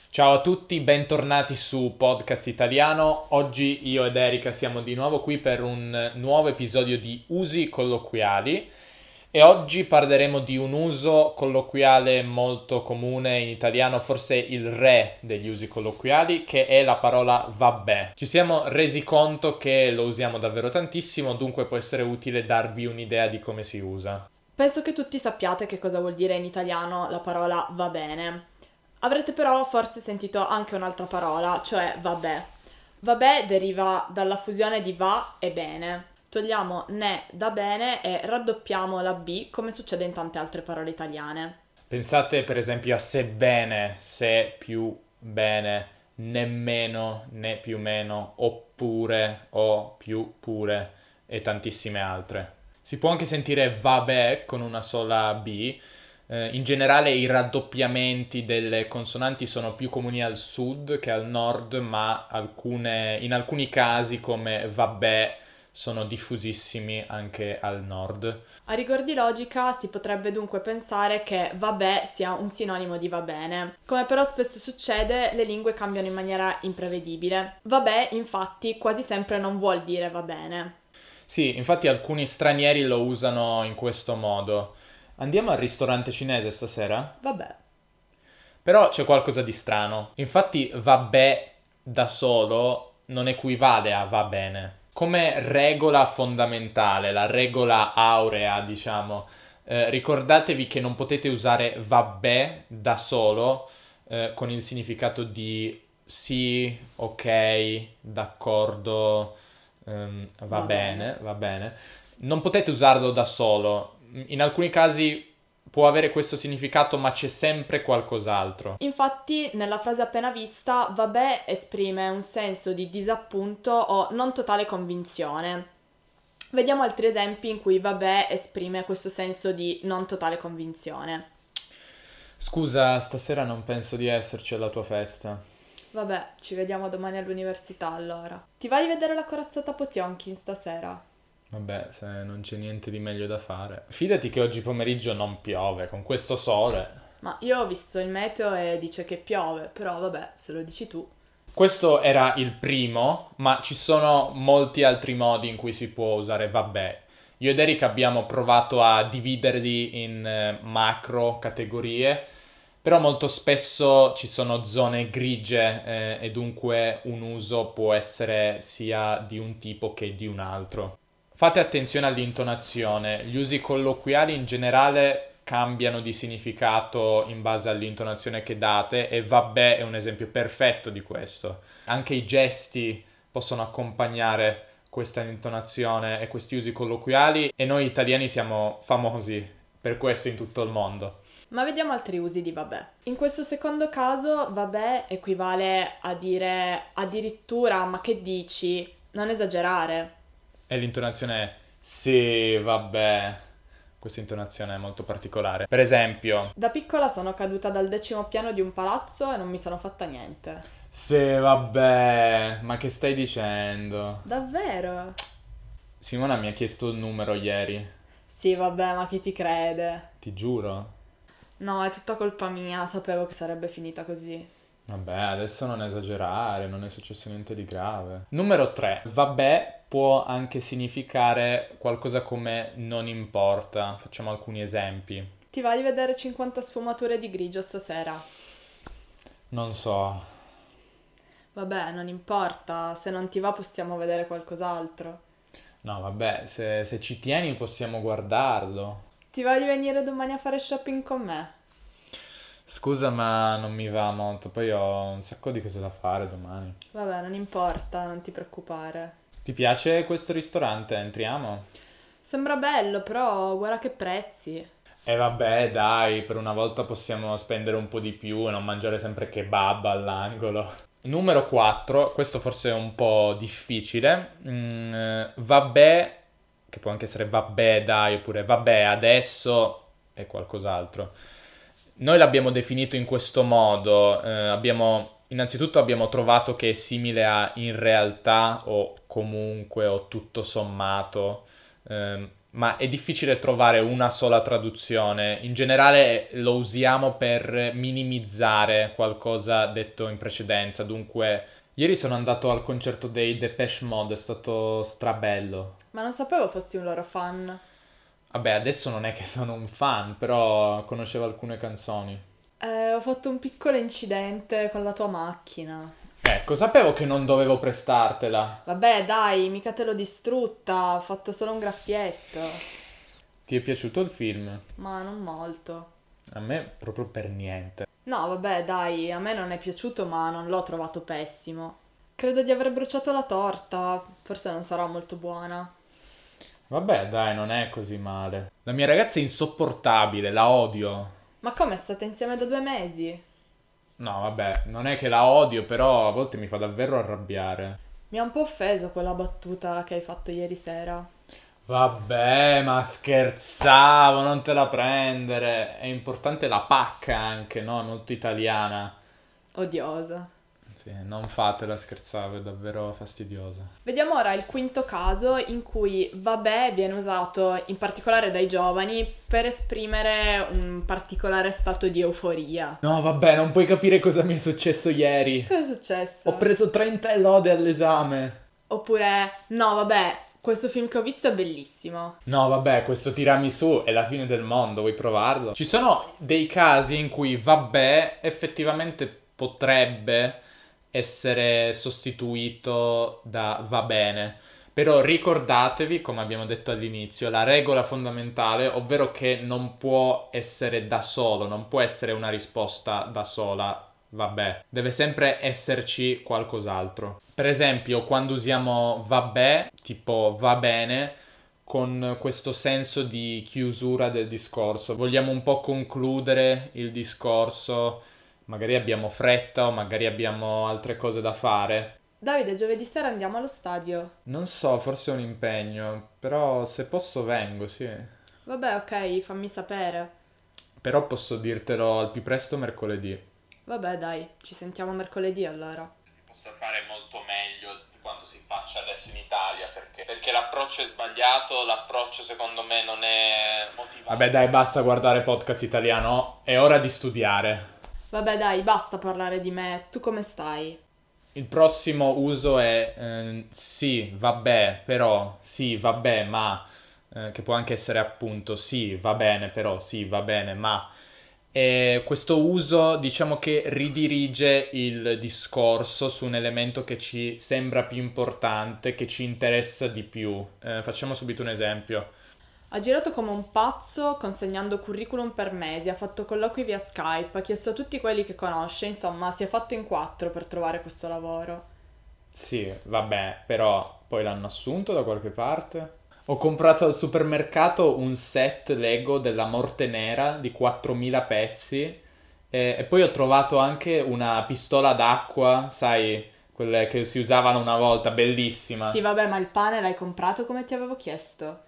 Ciao a tutti, bentornati su Podcast Italiano. Oggi io ed Erika siamo di nuovo qui per un nuovo episodio di usi colloquiali e oggi parleremo di un uso colloquiale molto comune in italiano, forse il re degli usi colloquiali, che è la parola vabbè. Ci siamo resi conto che lo usiamo davvero tantissimo, dunque può essere utile darvi un'idea di come si usa. Penso che tutti sappiate che cosa vuol dire in italiano la parola va bene. Avrete però forse sentito anche un'altra parola, cioè vabbè. Vabbè deriva dalla fusione di va e bene. Togliamo ne da bene e raddoppiamo la B come succede in tante altre parole italiane. Pensate per esempio a sebbene, se più bene, nemmeno, né più meno, oppure, o più pure e tantissime altre. Si può anche sentire vabbè con una sola B. In generale i raddoppiamenti delle consonanti sono più comuni al sud che al nord, ma in alcuni casi come vabbè sono diffusissimi anche al nord. A rigor di logica si potrebbe dunque pensare che vabbè sia un sinonimo di va bene. Come però spesso succede, le lingue cambiano in maniera imprevedibile. Vabbè, infatti, quasi sempre non vuol dire va bene. Sì, infatti alcuni stranieri lo usano in questo modo. Andiamo al ristorante cinese stasera? Vabbè. Però c'è qualcosa di strano. Infatti vabbè da solo non equivale a va bene. Come regola fondamentale, la regola aurea, diciamo, ricordatevi che non potete usare vabbè da solo con il significato di sì, ok, d'accordo, va bene, va bene. Non potete usarlo da solo. In alcuni casi può avere questo significato, ma c'è sempre qualcos'altro. Infatti, nella frase appena vista, vabbè esprime un senso di disappunto o non totale convinzione. Vediamo altri esempi in cui vabbè esprime questo senso di non totale convinzione. Scusa, stasera non penso di esserci alla tua festa. Vabbè, ci vediamo domani all'università allora. Ti vai a vedere la corazzata Potionkin stasera? Vabbè, se non c'è niente di meglio da fare. Fidati che oggi pomeriggio non piove, con questo sole. Ma io ho visto il meteo e dice che piove, però vabbè, se lo dici tu. Questo era il primo, ma ci sono molti altri modi in cui si può usare vabbè. Io ed Eric abbiamo provato a dividerli in macro categorie, però molto spesso ci sono zone grigie e dunque un uso può essere sia di un tipo che di un altro. Fate attenzione all'intonazione, gli usi colloquiali in generale cambiano di significato in base all'intonazione che date e vabbè è un esempio perfetto di questo. Anche i gesti possono accompagnare questa intonazione e questi usi colloquiali e noi italiani siamo famosi per questo in tutto il mondo. Ma vediamo altri usi di vabbè. In questo secondo caso, vabbè equivale a dire addirittura, ma che dici? Non esagerare. E l'intonazione è sì, vabbè. Questa intonazione è molto particolare. Per esempio, Da piccola sono caduta dal 10° piano di un palazzo e non mi sono fatta niente. sì, vabbè, ma che stai dicendo? Davvero? Simona mi ha chiesto il numero ieri, Sì, vabbè, ma chi ti crede? ti giuro. No, è tutta colpa mia, sapevo che sarebbe finita così. Vabbè, adesso non esagerare, non è successo niente di grave. Numero 3. Vabbè può anche significare qualcosa come non importa. Facciamo alcuni esempi. Ti vai a vedere 50 sfumature di grigio stasera? Non so. Vabbè, non importa, se non ti va possiamo vedere qualcos'altro. No, vabbè, se ci tieni possiamo guardarlo. Ti va di venire domani a fare shopping con me? Scusa, ma non mi va molto. Poi ho un sacco di cose da fare domani. Vabbè, non importa, non ti preoccupare. Ti piace questo ristorante? Entriamo? Sembra bello, però guarda che prezzi. E vabbè, dai, per una volta possiamo spendere un po' di più e non mangiare sempre kebab all'angolo. Numero 4, questo forse è un po' difficile. Vabbè, che può anche essere vabbè, dai, oppure vabbè, adesso è qualcos'altro. Noi l'abbiamo definito in questo modo, innanzitutto abbiamo trovato che è simile a in realtà o comunque o tutto sommato, ma è difficile trovare una sola traduzione. In generale lo usiamo per minimizzare qualcosa detto in precedenza. Dunque, ieri sono andato al concerto dei Depeche Mode, è stato strabello. Ma non sapevo fossi un loro fan. Vabbè, adesso non è che sono un fan, però conoscevo alcune canzoni. Ho fatto un piccolo incidente con la tua macchina. Ecco, sapevo che non dovevo prestartela. Vabbè, dai, mica te l'ho distrutta, ho fatto solo un graffietto. Ti è piaciuto il film? Ma non molto. A me proprio per niente. No, vabbè, dai, a me non è piaciuto, ma non l'ho trovato pessimo. Credo di aver bruciato la torta, forse non sarà molto buona. Vabbè, dai, non è così male. La mia ragazza è insopportabile, la odio. Ma come, state insieme da 2 mesi? No, vabbè, non è che la odio, però a volte mi fa davvero arrabbiare. Mi ha un po' offeso quella battuta che hai fatto ieri sera. Vabbè, ma scherzavo, non te la prendere. È importante la pacca anche, no? È molto italiana. Odiosa. Sì, non fatela, scherzavo, è davvero fastidiosa. Vediamo ora il quinto caso in cui vabbè viene usato in particolare dai giovani per esprimere un particolare stato di euforia. No, vabbè, non puoi capire cosa mi è successo ieri. Cosa è successo? Ho preso 30 lode all'esame. Oppure, no, vabbè, questo film che ho visto è bellissimo. No, vabbè, questo tiramisù è la fine del mondo, vuoi provarlo? Ci sono dei casi in cui vabbè effettivamente potrebbe essere sostituito da va bene. Però ricordatevi, come abbiamo detto all'inizio, la regola fondamentale, ovvero che non può essere da solo, non può essere una risposta da sola, vabbè. Deve sempre esserci qualcos'altro. Per esempio, quando usiamo vabbè, tipo va bene, con questo senso di chiusura del discorso. Vogliamo un po' concludere il discorso, magari abbiamo fretta o magari abbiamo altre cose da fare. Davide, giovedì sera andiamo allo stadio. Non so, forse è un impegno, però se posso vengo, sì. Vabbè, ok, fammi sapere. Però posso dirtelo al più presto mercoledì. Vabbè, dai, ci sentiamo mercoledì allora. Si possa fare molto meglio di quanto si faccia adesso in Italia, perché l'approccio è sbagliato, l'approccio secondo me non è motivato. Vabbè dai, basta guardare podcast italiano, è ora di studiare. Vabbè, dai, basta parlare di me. Tu come stai? Il prossimo uso è sì, vabbè, però, sì, vabbè, ma, che può anche essere appunto sì, va bene, però, sì, va bene, ma. E questo uso diciamo che ridirige il discorso su un elemento che ci sembra più importante, che ci interessa di più. Facciamo subito un esempio. Ha girato come un pazzo consegnando curriculum per mesi, ha fatto colloqui via Skype, ha chiesto a tutti quelli che conosce, insomma, si è fatto in 4 per trovare questo lavoro. Sì, vabbè, però poi l'hanno assunto da qualche parte. Ho comprato al supermercato un set Lego della Morte Nera di 4000 pezzi e poi ho trovato anche una pistola d'acqua, sai, quelle che si usavano una volta, bellissima. Sì, vabbè, ma il pane l'hai comprato come ti avevo chiesto.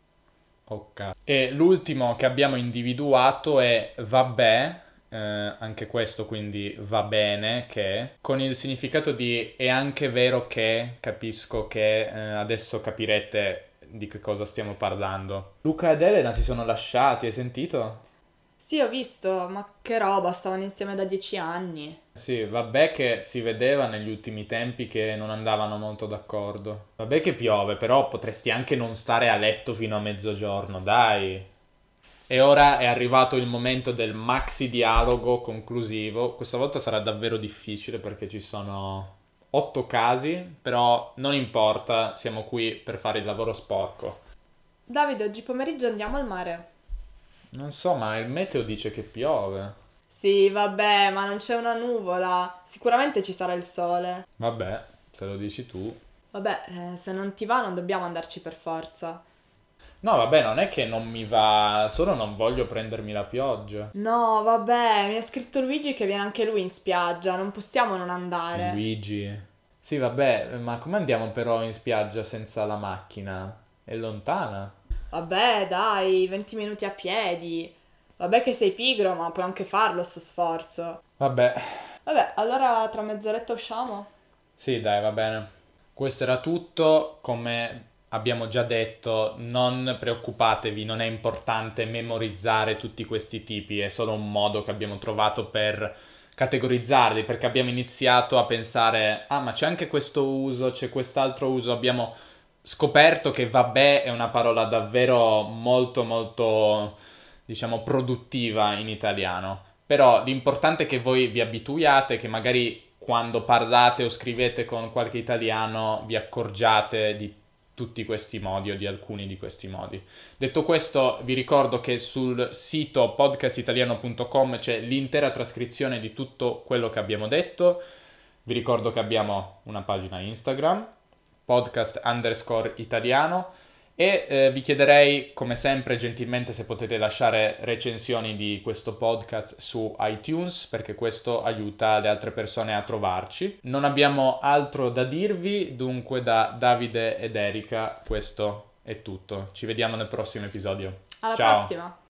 Ok. E l'ultimo che abbiamo individuato è vabbè, anche questo quindi va bene che, con il significato di è anche vero che, capisco che adesso capirete di che cosa stiamo parlando. Luca ed Elena si sono lasciati, hai sentito? Sì, ho visto, ma che roba, stavano insieme da 10 anni. Sì, vabbè che si vedeva negli ultimi tempi che non andavano molto d'accordo. Vabbè che piove, però potresti anche non stare a letto fino a mezzogiorno, dai. E ora è arrivato il momento del maxi dialogo conclusivo. Questa volta sarà davvero difficile perché ci sono 8 casi, però non importa, siamo qui per fare il lavoro sporco. Davide, oggi pomeriggio andiamo al mare. Non so, ma il meteo dice che piove. Sì, vabbè, ma non c'è una nuvola. Sicuramente ci sarà il sole. Vabbè, se lo dici tu. Vabbè, se non ti va non dobbiamo andarci per forza. No, vabbè, non è che non mi va, solo non voglio prendermi la pioggia. No, vabbè, mi ha scritto Luigi che viene anche lui in spiaggia, non possiamo non andare. Luigi. Sì, vabbè, ma come andiamo però in spiaggia senza la macchina? È lontana. Vabbè, dai, 20 minuti a piedi. Vabbè che sei pigro, ma puoi anche farlo sto sforzo. Vabbè, Vabbè, allora tra mezz'oretta usciamo? sì, dai, va bene. Questo era tutto. Come abbiamo già detto, non preoccupatevi, non è importante memorizzare tutti questi tipi, è solo un modo che abbiamo trovato per categorizzarli, perché abbiamo iniziato a pensare, ah, ma c'è anche questo uso, c'è quest'altro uso, abbiamo scoperto che vabbè è una parola davvero molto molto, diciamo, produttiva in italiano, però l'importante è che voi vi abituiate, che magari quando parlate o scrivete con qualche italiano vi accorgiate di tutti questi modi o di alcuni di questi modi. Detto questo, vi ricordo che sul sito podcastitaliano.com c'è l'intera trascrizione di tutto quello che abbiamo detto. Vi ricordo che abbiamo una pagina Instagram, podcast_italiano, e vi chiederei, come sempre, gentilmente se potete lasciare recensioni di questo podcast su iTunes, perché questo aiuta le altre persone a trovarci. Non abbiamo altro da dirvi, dunque da Davide ed Erika questo è tutto. Ci vediamo nel prossimo episodio. Alla Ciao! prossima!